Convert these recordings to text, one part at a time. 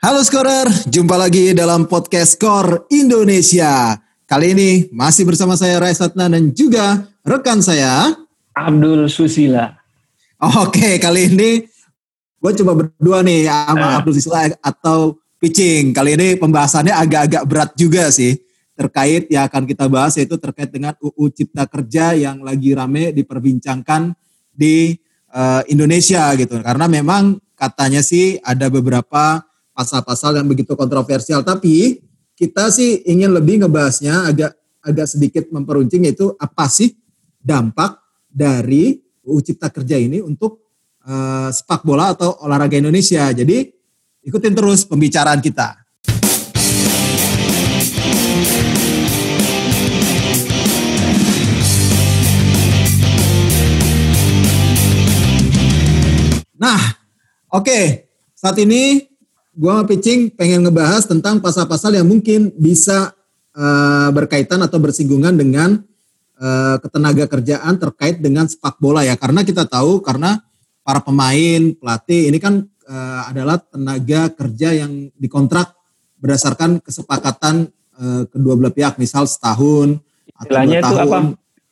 Halo Scorer, jumpa lagi dalam podcast Skor Indonesia. Kali ini masih bersama saya Rais Ratna dan juga rekan saya Abdul Susila. Oke, kali ini gue coba berdua nih sama Abdul Susila atau Pitching. Kali ini pembahasannya agak-agak berat juga sih. Terkait yang akan kita bahas yaitu terkait dengan UU Cipta Kerja yang lagi rame diperbincangkan di Indonesia gitu. Karena memang katanya sih ada beberapa pasal-pasal yang begitu kontroversial, tapi kita sih ingin lebih ngebahasnya agak sedikit memperuncing, yaitu apa sih dampak dari UU Cipta Kerja ini untuk sepak bola atau olahraga Indonesia. Jadi ikutin terus pembicaraan kita. Nah, oke. Saat ini gue sama Pitching pengen ngebahas tentang pasal-pasal yang mungkin bisa berkaitan atau bersinggungan dengan ketenaga kerjaan terkait dengan sepak bola ya. Karena kita tahu, karena para pemain, pelatih ini kan adalah tenaga kerja yang dikontrak berdasarkan kesepakatan kedua belah pihak. Misal setahun atau 2 tahun.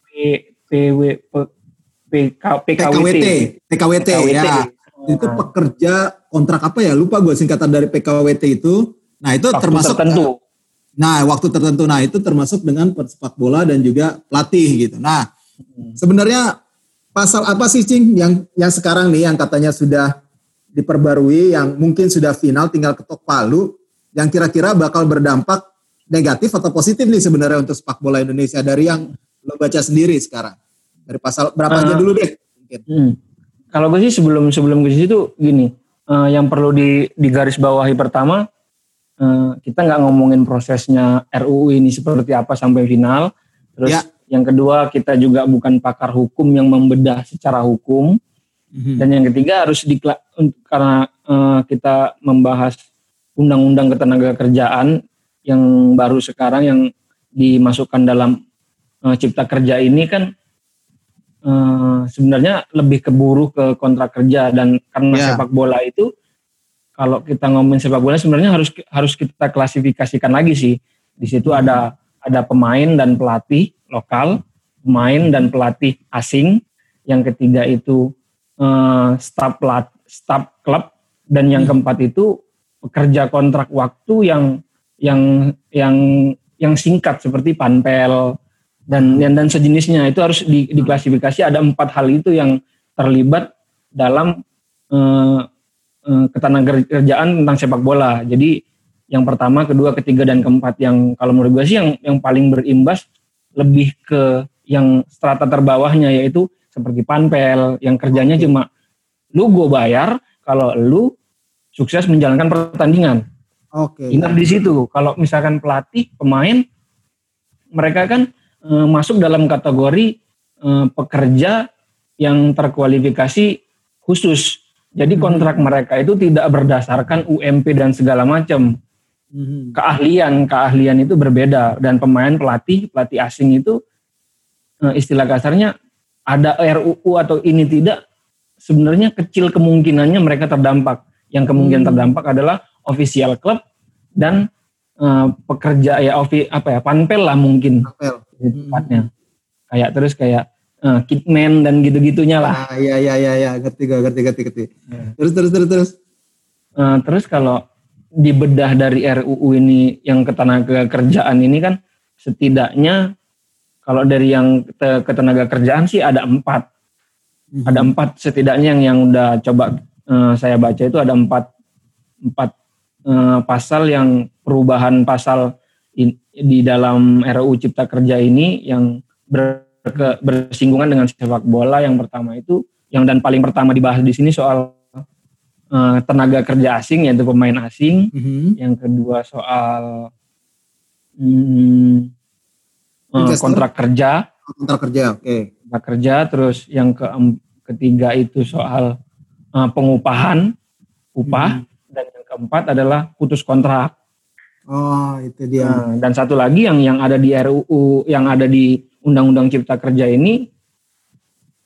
PKWT ya. Itu pekerja kontrak apa ya? Lupa gue singkatan dari PKWT itu. Nah itu waktu termasuk tertentu. Waktu tertentu. Nah itu termasuk dengan sepak bola dan juga pelatih gitu. Nah sebenarnya pasal apa sih Cing yang sekarang nih yang katanya sudah diperbarui, yang mungkin sudah final tinggal ketok palu, yang kira-kira bakal berdampak negatif atau positif nih sebenarnya untuk sepak bola Indonesia dari yang lo baca sendiri sekarang? Dari pasal berapa aja dulu deh mungkin. Kalau gue sih sebelum ke situ gini, yang perlu digarisbawahi pertama, kita nggak ngomongin prosesnya RUU ini seperti apa sampai final. Terus yang kedua, kita juga bukan pakar hukum yang membedah secara hukum. Dan yang ketiga harus karena kita membahas undang-undang ketenaga kerjaan yang baru sekarang yang dimasukkan dalam Cipta Kerja ini kan sebenarnya lebih keburu ke kontrak kerja, dan karena sepak bola itu, kalau kita ngomongin sepak bola sebenarnya harus kita klasifikasikan lagi sih. Di situ ada pemain dan pelatih lokal, pemain dan pelatih asing, yang ketiga itu staf klub, dan yang keempat itu pekerja kontrak waktu yang singkat seperti panpel dan sejenisnya. Itu harus diklasifikasi. Ada 4 hal itu yang terlibat dalam ketenagakerjaan tentang sepak bola. Jadi yang pertama, kedua, ketiga, dan keempat, yang kalau menurut gue sih yang paling berimbas lebih ke yang strata terbawahnya, yaitu seperti panpel yang kerjanya cuma lu gue bayar kalau lu sukses menjalankan pertandingan. Ingat di situ. Kalau misalkan pelatih, pemain, mereka kan masuk dalam kategori pekerja yang terkualifikasi khusus. Jadi kontrak mereka itu tidak berdasarkan UMP dan segala macam. Keahlian itu berbeda. Dan pemain, pelatih asing itu istilah kasarnya ada RUU atau ini tidak, sebenarnya kecil kemungkinannya mereka terdampak. Yang kemungkinan terdampak adalah official club dan pekerja panpel lah mungkin. Tempatnya. Kayak kitman dan gitu-gitunya lah. Iya, ngerti. Terus. Terus kalau dibedah dari RUU ini yang ketenaga kerjaan ini kan, setidaknya kalau dari yang ketenaga kerjaan sih ada 4. Ada 4 setidaknya yang udah coba saya baca, itu ada 4 pasal yang perubahan pasal di dalam RUU Cipta Kerja ini yang bersinggungan dengan sepak bola. Yang pertama itu, dan paling pertama dibahas di sini soal tenaga kerja asing, yaitu pemain asing. Yang kedua soal kontrak kerja. Kontrak kerja. Terus yang ketiga itu soal pengupahan, upah. Dan yang keempat adalah putus kontrak. Oh, itu dia. Dan satu lagi yang ada di RUU, yang ada di Undang-Undang Cipta Kerja ini,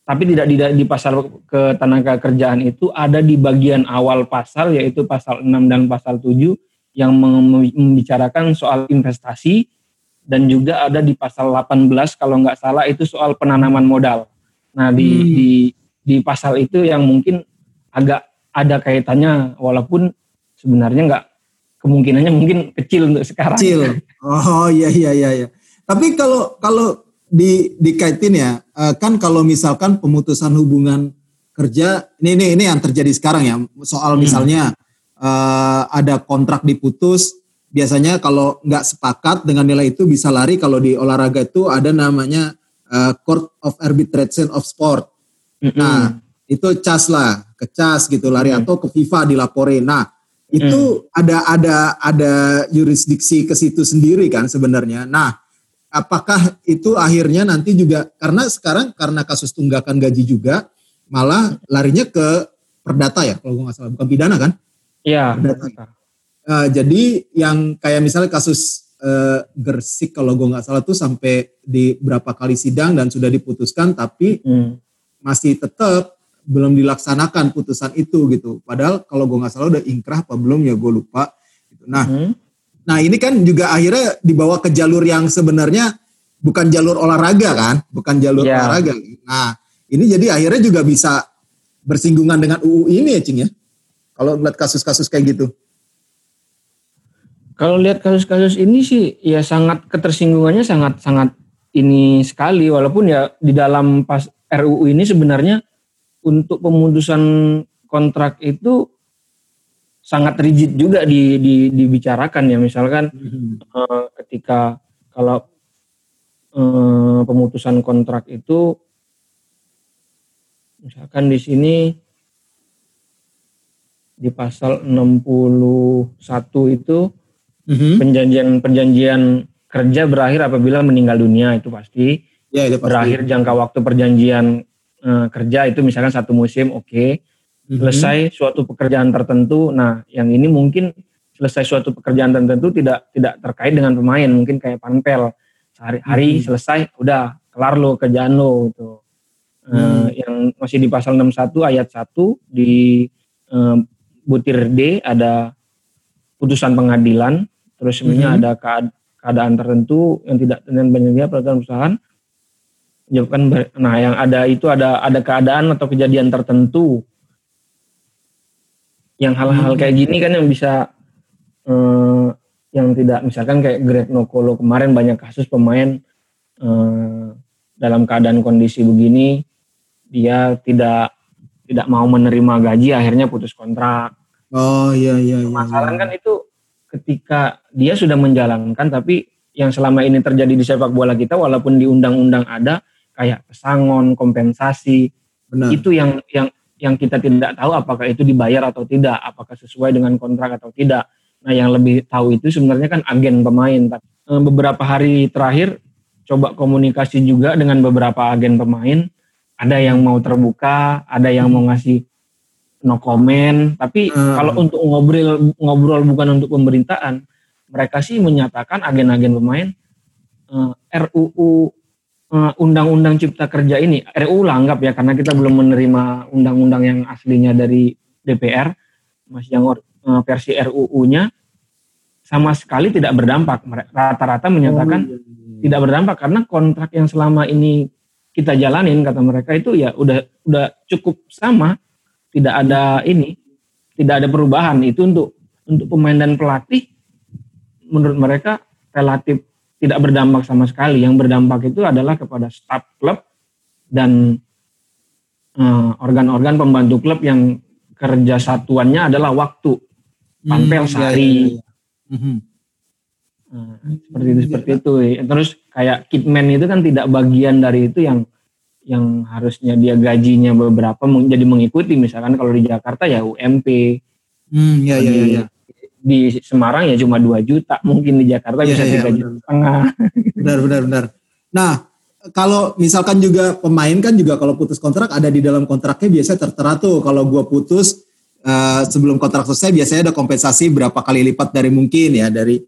Tapi tidak di pasal ketenaga kerjaan itu ada di bagian awal pasal, yaitu pasal 6 dan pasal 7 yang membicarakan soal investasi, dan juga ada di pasal 18 kalau nggak salah itu soal penanaman modal. Nah di pasal itu yang mungkin agak ada kaitannya, walaupun sebenarnya nggak, kemungkinannya mungkin kecil untuk sekarang. Kecil. Oh iya. Tapi kalau dikaitin ya, kan kalau misalkan pemutusan hubungan kerja, ini yang terjadi sekarang ya, soal misalnya ada kontrak diputus, biasanya kalau nggak sepakat dengan nilai itu bisa lari, kalau di olahraga itu ada namanya Court of Arbitration of Sport. Nah itu CAS lah, ke CAS gitu lari, atau ke FIFA dilaporin. Nah itu ada yurisdiksi ke situ sendiri kan sebenarnya. Nah, apakah itu akhirnya nanti juga, karena sekarang karena kasus tunggakan gaji juga malah larinya ke perdata ya kalau gue nggak salah, bukan pidana kan? Iya. Jadi yang kayak misalnya kasus Gersik kalau gue nggak salah tuh sampai di berapa kali sidang dan sudah diputuskan, tapi masih tetap belum dilaksanakan putusan itu gitu. Padahal kalau gue nggak salah udah ingkrah apa belum ya, gue lupa. Nah ini kan juga akhirnya dibawa ke jalur yang sebenarnya bukan jalur olahraga kan, bukan jalur olahraga. Nah ini jadi akhirnya juga bisa bersinggungan dengan UU ini ya Cing ya, kalau ngeliat kasus-kasus kayak gitu. Kalau lihat kasus-kasus ini sih ya sangat ketersinggungannya sangat ini sekali, walaupun ya di dalam pas RUU ini sebenarnya untuk pemutusan kontrak itu sangat rigid juga dibicarakan ya. Misalkan ketika kalau pemutusan kontrak itu, misalkan di sini di pasal 61 itu perjanjian kerja berakhir apabila meninggal dunia, itu pasti. Ya, itu pasti. Berakhir jangka waktu perjanjian kerja itu misalkan 1 musim, oke. Selesai suatu pekerjaan tertentu. Nah, yang ini mungkin selesai suatu pekerjaan tertentu tidak terkait dengan pemain, mungkin kayak panpel. Sehari-hari selesai, udah kelar lo kerjaan lo gitu. Yang masih di pasal 61 ayat 1 di butir D ada putusan pengadilan, terus sebenarnya ada keadaan tertentu yang tidak dengan banyaknya peraturan perusahaan. Nah, yang ada itu ada keadaan atau kejadian tertentu yang hal-hal kayak gini kan yang bisa yang tidak, misalkan kayak Greg Nokolo kemarin banyak kasus pemain dalam keadaan kondisi begini dia tidak mau menerima gaji, akhirnya putus kontrak. Oh iya. Masalah kan itu ketika dia sudah menjalankan, tapi yang selama ini terjadi di sepak bola kita, walaupun di undang-undang ada kayak pesangon, kompensasi, benar. Itu yang kita tidak tahu apakah itu dibayar atau tidak, apakah sesuai dengan kontrak atau tidak. Nah, yang lebih tahu itu sebenarnya kan agen pemain. Beberapa hari terakhir coba komunikasi juga dengan beberapa agen pemain, ada yang mau terbuka, ada yang mau ngasih no comment, tapi kalau untuk ngobrol bukan untuk pemberitaan, mereka sih menyatakan agen-agen pemain RUU Undang-Undang Cipta Kerja ini, RUU lah anggap ya, karena kita belum menerima undang-undang yang aslinya dari DPR, masih yang versi RUU-nya sama sekali tidak berdampak. Rata-rata menyatakan tidak berdampak karena kontrak yang selama ini kita jalanin, kata mereka itu ya udah cukup sama, tidak ada perubahan. Itu untuk pemain dan pelatih menurut mereka relatif tidak berdampak sama sekali. Yang berdampak itu adalah kepada staf klub dan organ-organ pembantu klub yang kerja satuannya adalah waktu, panpel sehari. Seperti itu. Terus kayak kitman itu kan tidak bagian dari itu yang harusnya dia gajinya beberapa jadi mengikuti. Misalkan kalau di Jakarta ya UMP. Iya. Di Semarang ya cuma 2 juta, mungkin di Jakarta bisa 3,5 juta. Benar. Nah, kalau misalkan juga pemain kan juga kalau putus kontrak ada di dalam kontraknya biasanya tertera tuh, kalau gua putus sebelum kontrak selesai biasanya ada kompensasi berapa kali lipat dari mungkin ya dari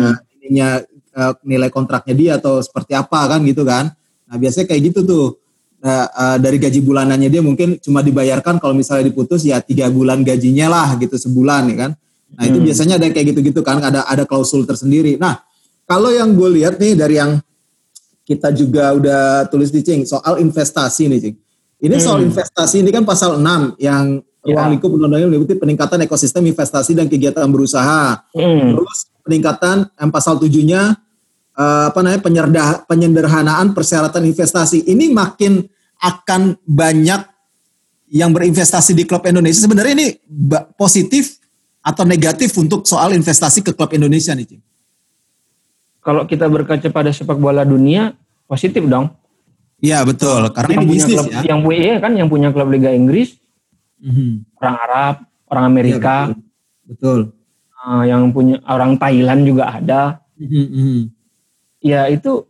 nilai kontraknya dia atau seperti apa kan gitu kan. Nah, biasanya kayak gitu tuh. dari gaji bulanannya dia mungkin cuma dibayarkan kalau misalnya diputus ya 3 bulan gajinya lah gitu sebulan ya kan. Nah itu biasanya ada kayak gitu-gitu kan, ada klausul tersendiri. Nah kalau yang gue lihat nih dari yang kita juga udah tulis di Cing soal investasi nih Cing. Ini soal investasi ini kan pasal 6 yang ruang lingkup undang-undangnya meliputi peningkatan ekosistem investasi dan kegiatan berusaha. Terus peningkatan pasal 7-nya penyederhanaan persyaratan investasi. Ini makin akan banyak yang berinvestasi di klub Indonesia. Sebenarnya ini positif atau negatif untuk soal investasi ke klub Indonesia nih, Cing? Kalau kita berkaca pada sepak bola dunia, positif dong. Iya betul, karena yang ini punya bisnis klub, ya. Yang punya klub Liga Inggris, orang Arab, orang Amerika, ya, betul. Yang punya orang Thailand juga ada. Ya itu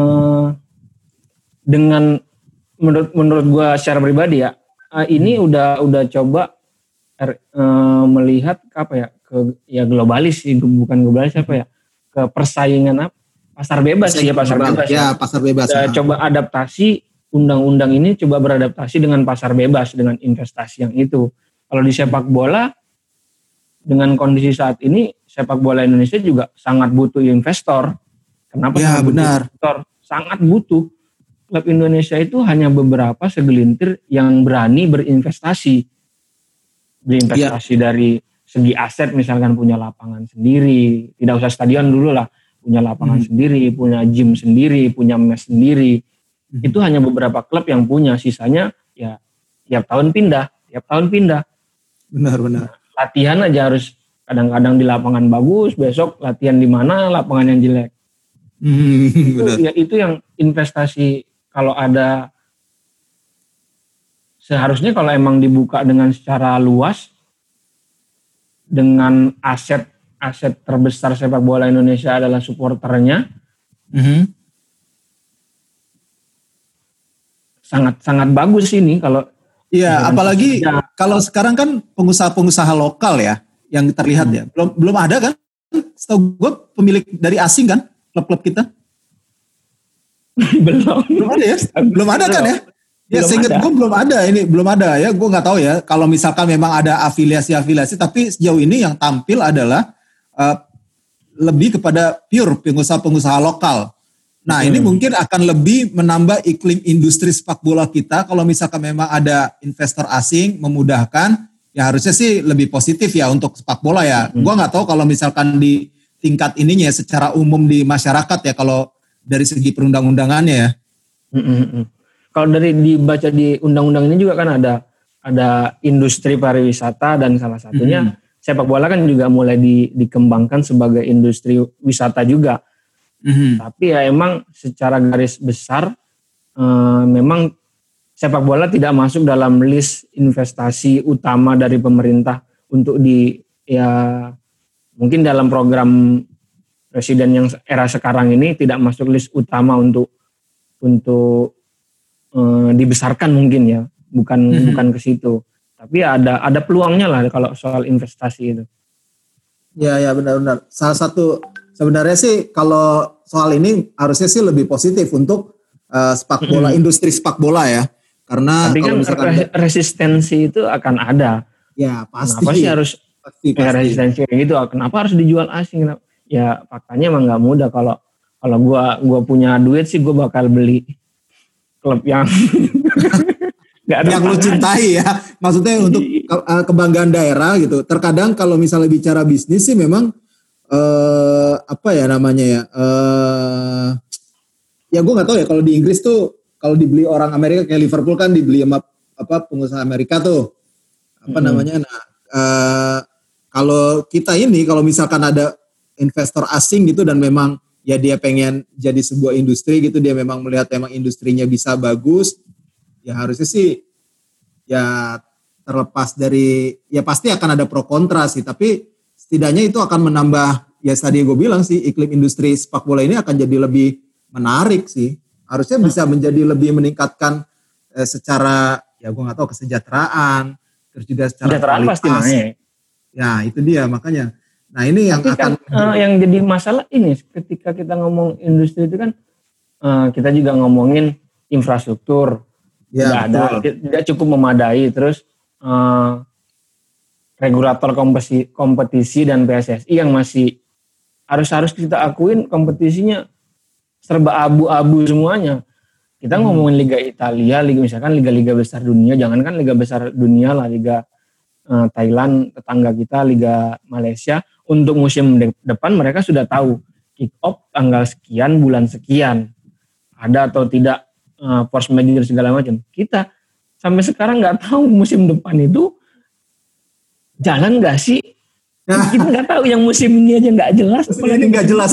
dengan menurut gue secara pribadi ya, ini udah coba melihat apa ya ke globalis sih, bukan globalis apa ya, ke persaingan pasar bebas sih ya, pasar bebas. Ya, pasar bebas. Coba adaptasi undang-undang ini, coba beradaptasi dengan pasar bebas, dengan investasi yang itu. Kalau di sepak bola, dengan kondisi saat ini, sepak bola Indonesia juga sangat butuh investor. Kenapa ya, sangat butuh investor? Sangat butuh. Klub Indonesia itu hanya beberapa segelintir yang berani berinvestasi. Berinvestasi dari segi aset, misalkan punya lapangan sendiri, tidak usah stadion dulu lah, punya lapangan sendiri, punya gym sendiri, punya mes sendiri. Itu hanya beberapa klub yang punya, sisanya ya tiap tahun pindah. Benar. Latihan aja harus kadang-kadang di lapangan bagus, besok latihan di mana lapangan yang jelek. Itu yang investasi kalau ada, seharusnya kalau emang dibuka dengan secara luas, dengan aset terbesar sepak bola Indonesia adalah supporternya, sangat bagus ini kalau. Iya, apalagi kalau sekarang kan pengusaha-pengusaha lokal ya yang terlihat ya, belum ada kan? Setahu gue pemilik dari asing kan klub-klub kita? belum ada ya? Belum ada kan ya? Ya seingat gue belum ada ya, gue nggak tahu ya kalau misalkan memang ada afiliasi, tapi sejauh ini yang tampil adalah lebih kepada pure pengusaha-pengusaha lokal. Nah ini mungkin akan lebih menambah iklim industri sepak bola kita kalau misalkan memang ada investor asing memudahkan, ya harusnya sih lebih positif ya untuk sepak bola ya. Gue nggak tahu kalau misalkan di tingkat ininya secara umum di masyarakat ya, kalau dari segi perundang-undangannya ya. Kalau dari dibaca di undang-undang ini juga kan ada industri pariwisata, dan salah satunya sepak bola kan juga mulai dikembangkan sebagai industri wisata juga. Tapi ya emang secara garis besar memang sepak bola tidak masuk dalam list investasi utama dari pemerintah untuk mungkin dalam program presiden yang era sekarang ini tidak masuk list utama untuk dibesarkan mungkin ya, bukan ke situ. Tapi ada peluangnya lah kalau soal investasi itu. Ya benar. Salah satu sebenarnya sih kalau soal ini harusnya sih lebih positif untuk sepak bola, industri sepak bola ya. Karena tapi kan resistensi itu akan ada. Ya pasti. Kenapa sih harus resistensi kayak gitu? Kenapa harus dijual asing? Ya faktanya emang nggak mudah. Kalau gua punya duit sih gua bakal beli klub yang yang lu cintai ya. Maksudnya untuk kebanggaan daerah gitu. Terkadang kalau misalnya bicara bisnis sih memang ya gue nggak tahu ya kalau di Inggris tuh kalau dibeli orang Amerika kayak Liverpool kan dibeli sama pengusaha Amerika tuh kalau kita ini kalau misalkan ada investor asing gitu dan memang ya dia pengen jadi sebuah industri gitu, dia memang melihat memang industrinya bisa bagus, ya harusnya sih ya terlepas dari ya pasti akan ada pro kontra sih, tapi setidaknya itu akan menambah, ya tadi gue bilang sih iklim industri sepak bola ini akan jadi lebih menarik sih. Harusnya bisa menjadi lebih meningkatkan secara ya gue nggak tahu kesejahteraan, terus juga secara kesejahteraan pasti naik. Ya itu dia makanya. Nah ini yang akan yang jadi masalah ini ketika kita ngomong industri itu kan kita juga ngomongin infrastruktur, tidak ada, tidak cukup memadai. Terus regulator kompetisi dan PSSI yang masih harus kita akuin kompetisinya serba abu-abu semuanya. Kita ngomongin Liga Italia, misalkan liga-liga besar dunia, jangankan liga besar dunia lah, Liga Thailand tetangga kita, Liga Malaysia, untuk musim depan mereka sudah tahu kick off tanggal sekian, bulan sekian, ada atau tidak force major segala macam. Kita sampai sekarang nggak tahu musim depan itu jalan nggak sih? Kita nggak tahu, yang musim ini aja nggak jelas. Ini nggak jelas.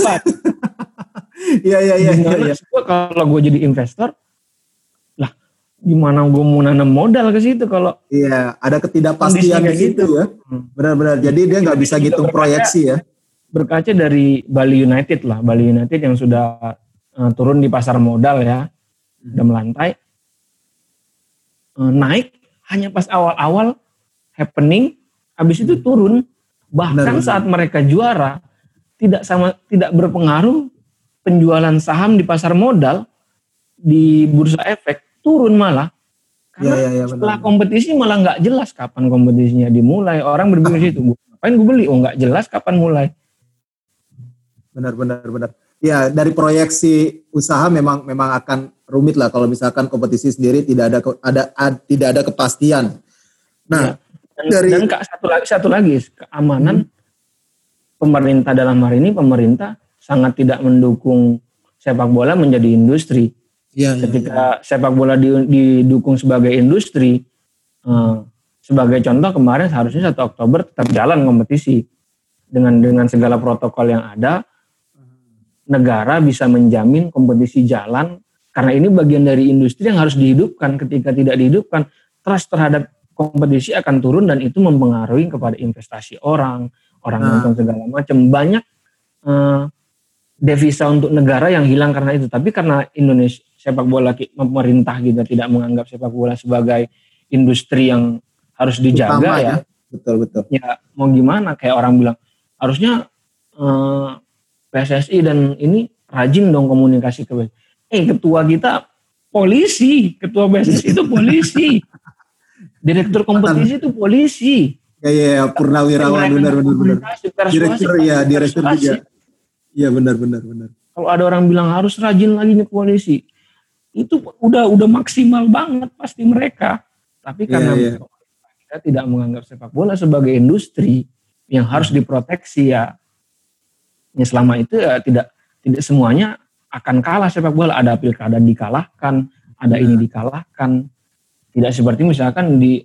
Iya. Kalau gue jadi investor, lah gimana gue mau nanam modal ke situ kalau? Iya, ada ketidakpastian di situ ya. Benar-benar. Jadi dia nggak bisa ngitung proyeksi ya. Berkaca dari Bali United lah, Bali United yang sudah turun di pasar modal ya, udah melantai, naik hanya pas awal-awal happening, habis itu turun. Bahkan saat mereka juara tidak berpengaruh penjualan saham di pasar modal di bursa efek, turun malah. Karena setelah kompetisi malah nggak jelas kapan kompetisinya dimulai. Orang berpikir situ, ngapain gue beli? Oh nggak jelas kapan mulai. Benar. Ya, dari proyeksi usaha memang akan rumit lah kalau misalkan kompetisi sendiri tidak ada kepastian. Nah, dan satu lagi keamanan pemerintah dalam hari ini, pemerintah sangat tidak mendukung sepak bola menjadi industri. Ketika sepak bola didukung sebagai industri, sebagai contoh kemarin harusnya 1 Oktober tetap jalan kompetisi dengan segala protokol yang ada. Negara bisa menjamin kompetisi jalan karena ini bagian dari industri yang harus dihidupkan. Ketika tidak dihidupkan, trust terhadap kompetisi akan turun dan itu mempengaruhi kepada investasi orang nonton segala macam. Banyak devisa untuk negara yang hilang karena itu. Tapi karena Indonesia sepak bola, pemerintah kita tidak menganggap sepak bola sebagai industri yang harus dijaga. Utama, ya. Betul. Ya mau gimana, kayak orang bilang harusnya PSSI dan ini rajin dong komunikasi ke ketua kita polisi, ketua PSSI itu polisi. Direktur kompetisi itu polisi. Ya, purnawirawan, benar. Direktur juga. Iya, benar. Kalau ada orang bilang harus rajin lagi nih polisi, itu udah maksimal banget pasti mereka. Tapi karena kita tidak menganggap sepak bola sebagai industri yang harus diproteksi ya selama itu ya tidak semuanya akan kalah sepak bola. Ada pilkada dikalahkan, ada ini dikalahkan. Tidak seperti misalkan di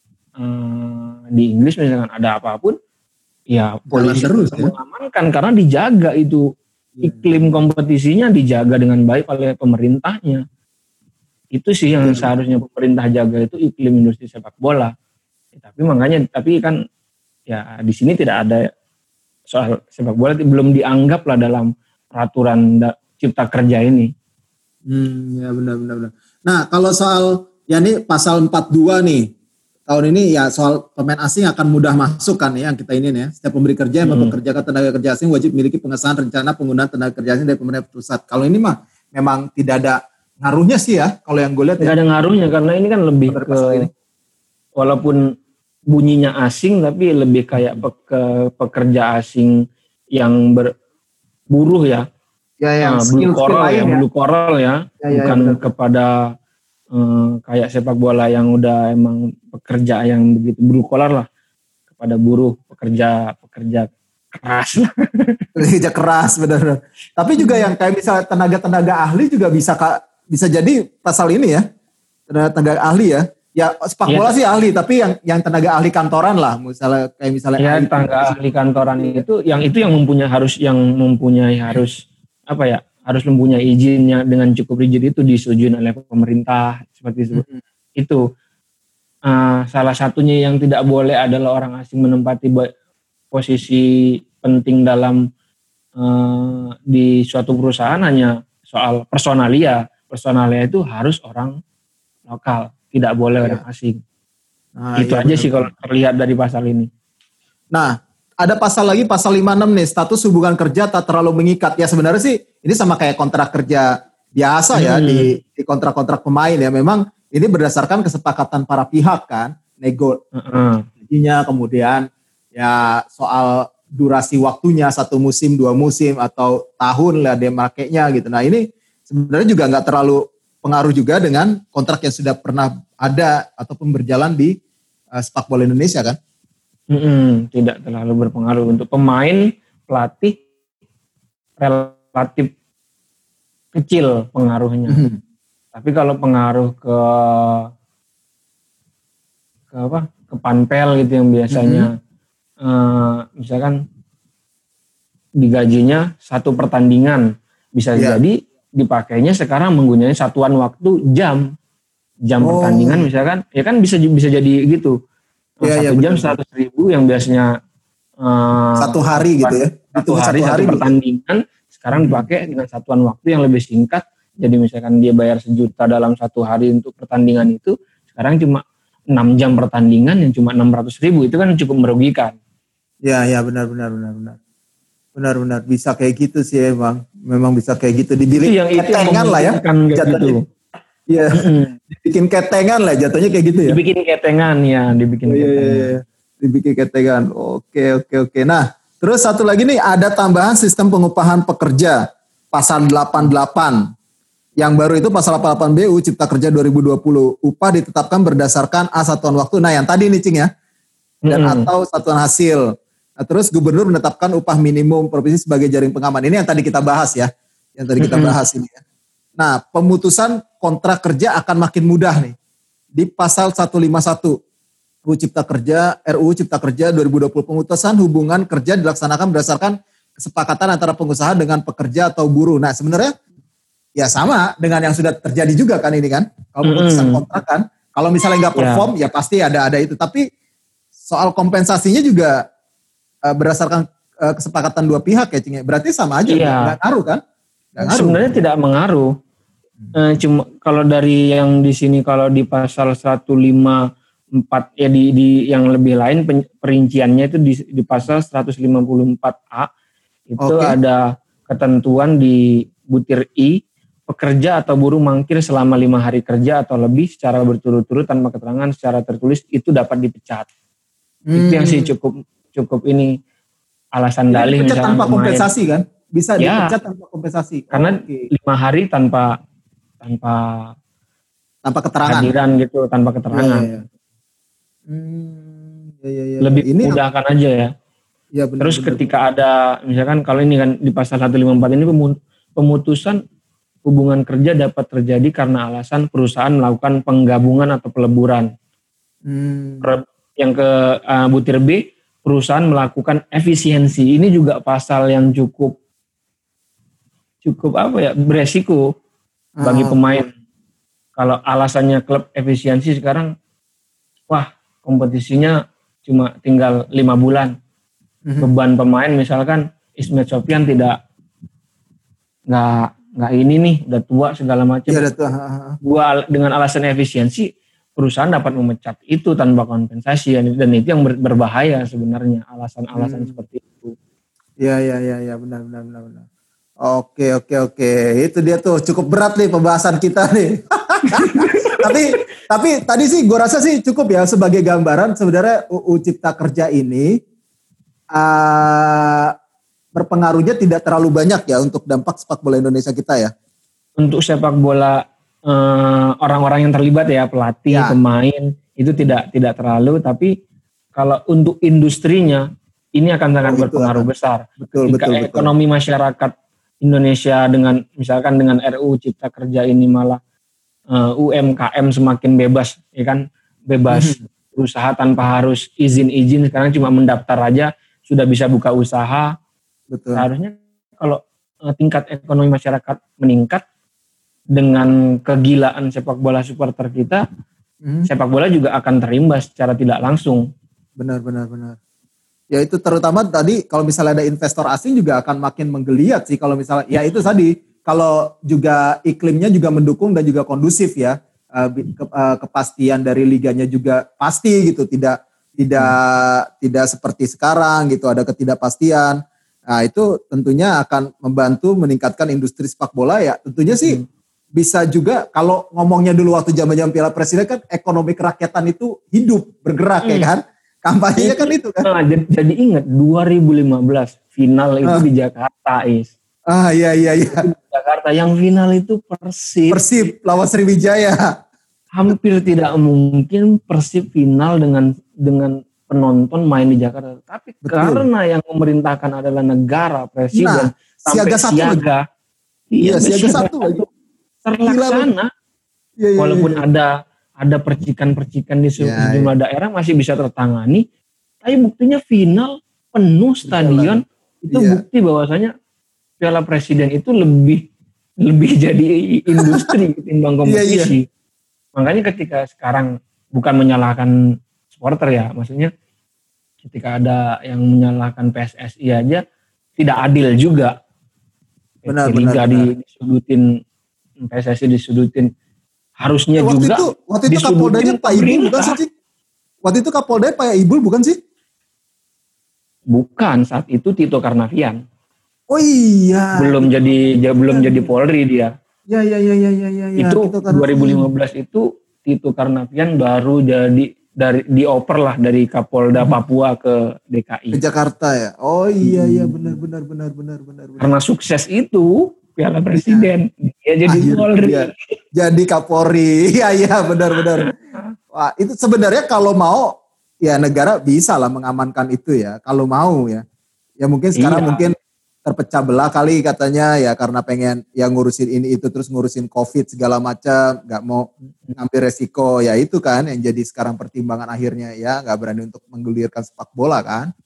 Inggris misalkan ada apapun, ya polisi terus mengamankan karena dijaga itu iklim kompetisinya dijaga dengan baik oleh pemerintahnya. Itu sih yang seharusnya pemerintah jaga, itu iklim industri sepak bola. Tapi kan ya di sini tidak ada soal sepak bola, belum dianggap lah dalam peraturan cipta kerja ini. Ya benar. Nah kalau soal ya ini pasal 42 nih, tahun ini ya soal pemain asing akan mudah masuk kan ya, yang kita ini ya. Setiap pemberi kerja yang mempekerjakan tenaga kerja asing wajib memiliki pengesahan rencana penggunaan tenaga kerja asing dari pemerintah pusat. Kalau ini mah memang tidak ada ngaruhnya sih ya, kalau yang gue lihat. Tidak ada ngaruhnya karena ini kan lebih ke walaupun bunyinya asing tapi lebih kayak pekerja asing yang berburuh ya. Blue collar ya. Bukan kepada kayak sepak bola yang udah emang pekerja yang begitu blue collar lah, kepada buruh pekerja keras. Pekerja keras benar. Tapi juga yang kayak misalnya tenaga ahli juga bisa jadi pasal ini ya. Tenaga ahli ya. Ya sepak bola sih ahli, tapi yang tenaga ahli kantoran lah, misalnya tenaga ahli kantoran itu yang mempunyai harus mempunyai izinnya dengan cukup rigid, itu disetujui oleh pemerintah seperti itu. Itu salah satunya yang tidak boleh adalah orang asing menempati posisi penting dalam di suatu perusahaan hanya soal personalia itu harus orang lokal. Tidak boleh orang asing. Itu aja sih kalau terlihat dari pasal ini. Nah, ada pasal lagi, pasal 56 nih, status hubungan kerja tak terlalu mengikat. Ya sebenarnya sih ini sama kayak kontrak kerja biasa ya, di kontrak-kontrak pemain ya. Memang ini berdasarkan kesepakatan para pihak kan, gajinya, kemudian ya soal durasi waktunya 1 musim, 2 musim atau tahun lah dia makainya gitu. Nah ini sebenarnya juga nggak terlalu pengaruh juga dengan kontrak yang sudah pernah ada ataupun berjalan di sepak bola Indonesia kan? Tidak terlalu berpengaruh untuk pemain, pelatih relatif kecil pengaruhnya. Tapi kalau pengaruh ke panpel gitu yang biasanya misalkan digajinya 1 pertandingan, bisa jadi dipakainya sekarang menggunakan satuan waktu jam pertandingan misalkan, ya kan bisa jadi gitu. 1 jam 100.000 yang biasanya 1 hari gitu ya. 1 hari 1 pertandingan gitu. Sekarang dipakai dengan satuan waktu yang lebih singkat. Jadi misalkan dia bayar 1 juta dalam 1 hari untuk pertandingan itu, sekarang cuma 6 jam pertandingan yang cuma 600.000, itu kan cukup merugikan. Ya benar. Benar bisa kayak gitu sih emang. Memang bisa kayak gitu, dibikin ketengan lah ya. Jatuhnya. Iya. Dibikin ketengan lah jatuhnya kayak gitu ya. Dibikin ketengan. Dibikin ketengan. Oke. Nah, terus satu lagi nih, ada tambahan sistem pengupahan pekerja pasal 88. Yang baru itu pasal 88 BU Cipta Kerja 2020. Upah ditetapkan berdasarkan satuan waktu. Nah, yang tadi nih Cing ya. Dan atau satuan hasil. Nah, terus gubernur menetapkan upah minimum provinsi sebagai jaring pengaman. Ini yang tadi kita bahas ya. Yang tadi kita bahas ini ya. Nah, pemutusan kontrak kerja akan makin mudah nih. Di pasal 151 RUU Cipta Kerja 2020, pemutusan hubungan kerja dilaksanakan berdasarkan kesepakatan antara pengusaha dengan pekerja atau buruh. Nah, sebenarnya ya sama dengan yang sudah terjadi juga kan ini kan. Kalau pemutusan kontrak kan, kalau misalnya nggak perform ya pasti ada itu. Tapi soal kompensasinya juga berdasarkan kesepakatan 2 pihak ya Cing. Berarti sama aja, nggak ngaruh kan? Sebenarnya tidak mengaruh. Cuma kalau dari yang di sini, kalau di pasal 154 ya di yang lebih lain perinciannya itu di pasal 154A itu ada ketentuan di butir I, pekerja atau buruh mangkir selama 5 hari kerja atau lebih secara berturut-turut tanpa keterangan secara tertulis itu dapat dipecat. Itu yang sih cukup ini alasan dalih misalnya. Tanpa kompensasi kan? Bisa dipecat tanpa kompensasi. Karena 5 hari tanpa keterangan. Hadiran gitu, tanpa keterangan. Lebih mudahkan aja ya. Terus ketika ada, misalkan kalau ini kan di pasal 154 ini pemutusan hubungan kerja dapat terjadi karena alasan perusahaan melakukan penggabungan atau peleburan. Yang ke butir B, perusahaan melakukan efisiensi. Ini juga pasal yang cukup beresiko bagi pemain. Kalau alasannya klub efisiensi sekarang, kompetisinya cuma tinggal 5 bulan. Beban pemain misalkan Ismet Sofyan nggak ini nih, udah tua segala macam. Gua dengan alasan efisiensi, perusahaan dapat memecat itu tanpa kompensasi, dan itu yang berbahaya sebenarnya, alasan-alasan seperti itu. Iya, benar. Oke. Itu dia tuh, cukup berat nih pembahasan kita nih. tapi tadi sih gue rasa sih cukup ya sebagai gambaran sebenarnya UU Cipta Kerja ini berpengaruhnya tidak terlalu banyak ya untuk dampak sepak bola Indonesia kita ya. Untuk sepak bola orang-orang yang terlibat ya, pelatih, pemain itu tidak terlalu, tapi kalau untuk industrinya ini akan sangat berpengaruh besar. Betul. Ekonomi masyarakat Indonesia misalkan dengan RUU Cipta Kerja ini malah UMKM semakin bebas, ya kan, bebas berusaha tanpa harus izin, sekarang cuma mendaftar aja sudah bisa buka usaha. Betul. Seharusnya kalau tingkat ekonomi masyarakat meningkat dengan kegilaan sepak bola supporter kita, sepak bola juga akan terimbas secara tidak langsung. Benar. Ya itu terutama tadi kalau misalnya ada investor asing juga akan makin menggeliat sih, kalau misalnya ya itu tadi, kalau juga iklimnya juga mendukung dan juga kondusif ya, kepastian dari liganya juga pasti gitu, tidak seperti sekarang gitu, ada ketidakpastian. Nah itu tentunya akan membantu meningkatkan industri sepak bola ya, tentunya sih bisa juga kalau ngomongnya dulu waktu zaman-zaman Piala Presiden kan ekonomi kerakyatan itu hidup, bergerak ya kan. Kampanyenya kan itu kan. Nah, jadi ingat 2015 final itu di Jakarta, Is. Iya. Di Jakarta yang final itu Persib lawan Sriwijaya. Hampir tidak mungkin Persib final dengan penonton main di Jakarta. Tapi karena yang memerintahkan adalah negara, presiden, sampai siaga. Iya, siaga satu. Terlaksana. Walaupun ada percikan-percikan di sejumlah daerah masih bisa tertangani. Tapi buktinya final penuh stadion. Itu bukti bahwasanya Piala Presiden itu lebih jadi industri ketimbang kompetisi. Makanya ketika sekarang bukan menyalahkan supporter ya, maksudnya ketika ada yang menyalahkan PSSI aja tidak adil juga. Benar. Disudutin, PSSI disudutin. Harusnya juga waktu itu Kapoldanya Pak Ibul bukan sih? Waktu itu Kapoldanya Pak Ibul bukan sih? Bukan, saat itu Tito Karnavian. Oh iya. Belum jadi Polri dia. Ya. Itu 2015 itu Tito Karnavian baru jadi dioper lah dari Kapolda Papua ke DKI. Ke Jakarta ya. Oh iya benar. Karena sukses itu Piala Presiden, dia jadi Polri. Jadi Kapolri. Iya benar. Wah, itu sebenarnya kalau mau ya negara bisa lah mengamankan itu ya. Kalau mau ya. Ya mungkin sekarang mungkin terpecah belah kali katanya ya karena pengen ya ngurusin ini itu terus ngurusin COVID segala macam, nggak mau ngambil resiko ya itu kan yang jadi sekarang pertimbangan akhirnya ya nggak berani untuk menggulirkan sepak bola kan.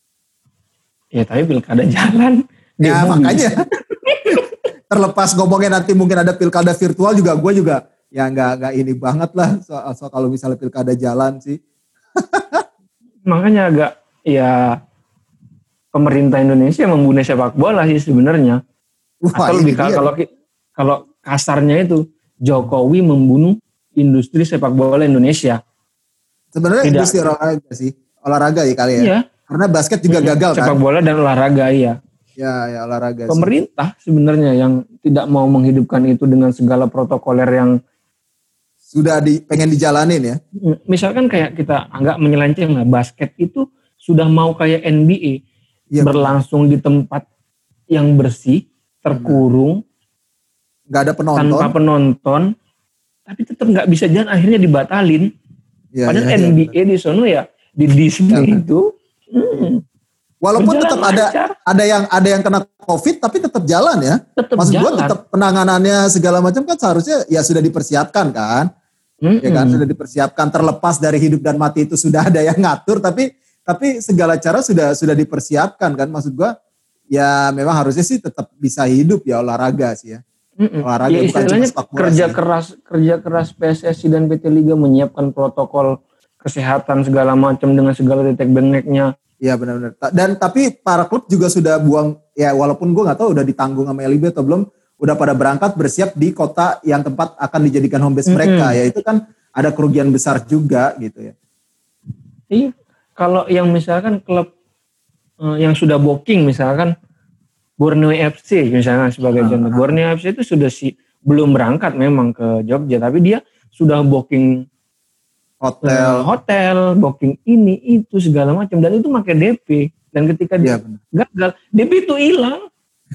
Ya tapi pilkada jalan. Ya makanya terlepas ngomongnya nanti mungkin ada pilkada virtual juga gue juga ya nggak ini banget lah soal kalau misalnya pilkada jalan sih. Makanya agak ya pemerintah Indonesia membunuh sepak bola sih sebenarnya. Atau lebih kalau kasarnya itu Jokowi membunuh industri sepak bola Indonesia. Sebenarnya industri olahraga ya kali ya. Iya. Karena basket juga gagal kan. Sepak bola dan olahraga iya. Ya olahraga. Pemerintah sebenarnya yang tidak mau menghidupkan itu dengan segala protokoler yang sudah pengen dijalanin ya. Misalkan kayak kita anggap menyelenceng lah, basket itu sudah mau kayak NBA. Ya, berlangsung di tempat yang bersih, terkurung, nggak ada penonton, tanpa penonton, tapi tetap nggak bisa jalan, akhirnya dibatalin. Padahal NBA di sono ya di Disney itu, walaupun tetap ada yang kena COVID, tapi tetap jalan ya. Maksud gue tetap penanganannya segala macam kan seharusnya ya sudah dipersiapkan kan, ya kan sudah dipersiapkan terlepas dari hidup dan mati itu sudah ada yang ngatur, tapi segala cara sudah dipersiapkan kan, maksud gua ya memang harusnya sih tetap bisa hidup ya olahraga sih ya. Olahraga ya, bukan cuma sepak bola. Kerja keras PSSI dan PT Liga menyiapkan protokol kesehatan segala macam dengan segala titik bengeknya. Iya benar-benar. Dan tapi para klub juga sudah buang ya walaupun gua nggak tahu udah ditanggung sama LIB atau belum, udah pada berangkat bersiap di kota yang tempat akan dijadikan home base mereka ya itu kan ada kerugian besar juga gitu ya. Iya. Kalau yang misalkan klub yang sudah booking misalkan Borneo FC misalnya sebagai contoh. Borneo FC itu sudah belum berangkat memang ke Jogja tapi dia sudah booking hotel, booking ini itu segala macam dan itu pakai DP dan ketika dia gagal DP itu hilang.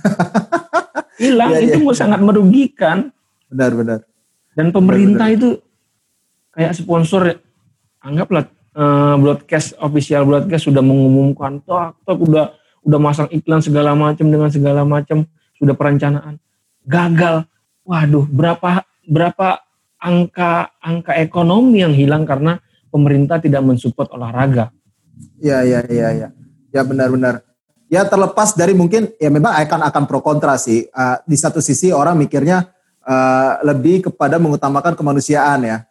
Itu sangat merugikan. Benar. Dan pemerintah itu kayak sponsor anggaplah official broadcast sudah mengumumkan udah masang iklan segala macam dengan segala macam sudah perencanaan gagal. Waduh, berapa angka ekonomi yang hilang karena pemerintah tidak mensupport olahraga. Iya. Ya benar. Ya terlepas dari mungkin ya memang akan pro kontra sih. Di satu sisi orang mikirnya lebih kepada mengutamakan kemanusiaan ya,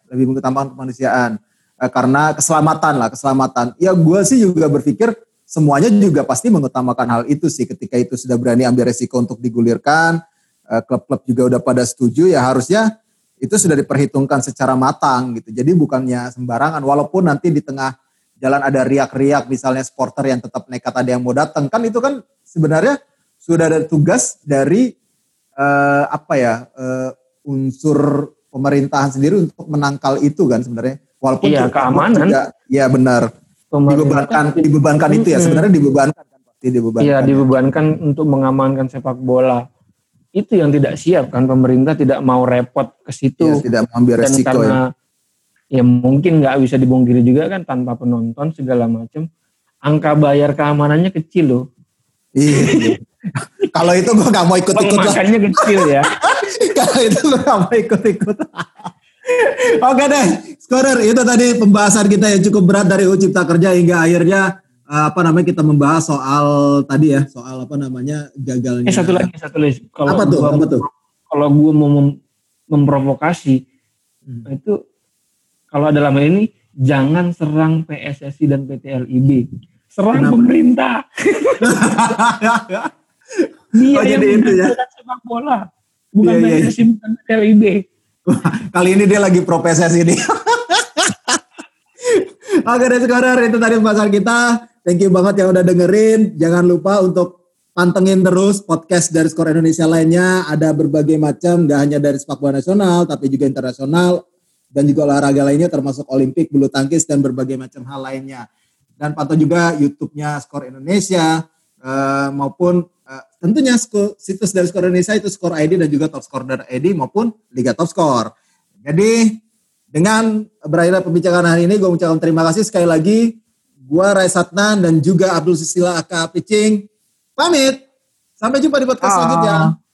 karena keselamatan. Ya gue sih juga berpikir semuanya juga pasti mengutamakan hal itu sih ketika itu sudah berani ambil resiko untuk digulirkan, klub-klub juga udah pada setuju ya harusnya itu sudah diperhitungkan secara matang gitu. Jadi bukannya sembarangan walaupun nanti di tengah jalan ada riak-riak misalnya supporter yang tetap nekat ada yang mau datang kan itu kan sebenarnya sudah ada tugas dari unsur pemerintahan sendiri untuk menangkal itu kan sebenarnya. Walaupun keamanan. Iya benar. Dibebankan itu ya sebenarnya dibebankan kan pasti dibebankan. Iya, dibebankan untuk mengamankan sepak bola. Itu yang tidak siap kan, pemerintah tidak mau repot ke situ. Tidak mau ambil resiko. Dan karena ya mungkin nggak bisa dibungkiri juga kan tanpa penonton segala macam. Angka bayar keamanannya kecil loh. Iya. Kalau itu gue nggak mau ikut-ikut lah. Makannya kecil ya. Kalau itu gue nggak mau ikut-ikut. Oke deh, Scorer, itu tadi pembahasan kita yang cukup berat dari UU Cipta Kerja hingga akhirnya kita membahas soal tadi ya, soal gagalnya. Satu lagi. Apa tuh? Kalau gue mau memprovokasi, itu kalau dalam hal ini jangan serang PSSI dan PT LIB, serang pemerintah. Dia yang menggunakan sepak bola, bukan PSSI, bukan PT LIB. Kali ini dia lagi pro PSSI ini. Oke deh Scorer, itu tadi pembahasan kita. Thank you banget yang udah dengerin. Jangan lupa untuk pantengin terus podcast dari Skor Indonesia lainnya. Ada berbagai macam, gak hanya dari sepak bola nasional, tapi juga internasional. Dan juga olahraga lainnya termasuk Olimpik, bulu tangkis, dan berbagai macam hal lainnya. Dan pantau juga YouTube-nya Skor Indonesia, maupun tentunya situs dari Skor Indonesia itu Skor ID dan juga Topscore.id maupun Liga Top Score. Jadi dengan berakhirnya pembicaraan hari ini, gue mengucapkan terima kasih sekali lagi. Gue Rai Satnan dan juga Abdul Susila aka Picing pamit. Sampai jumpa di podcast selanjutnya.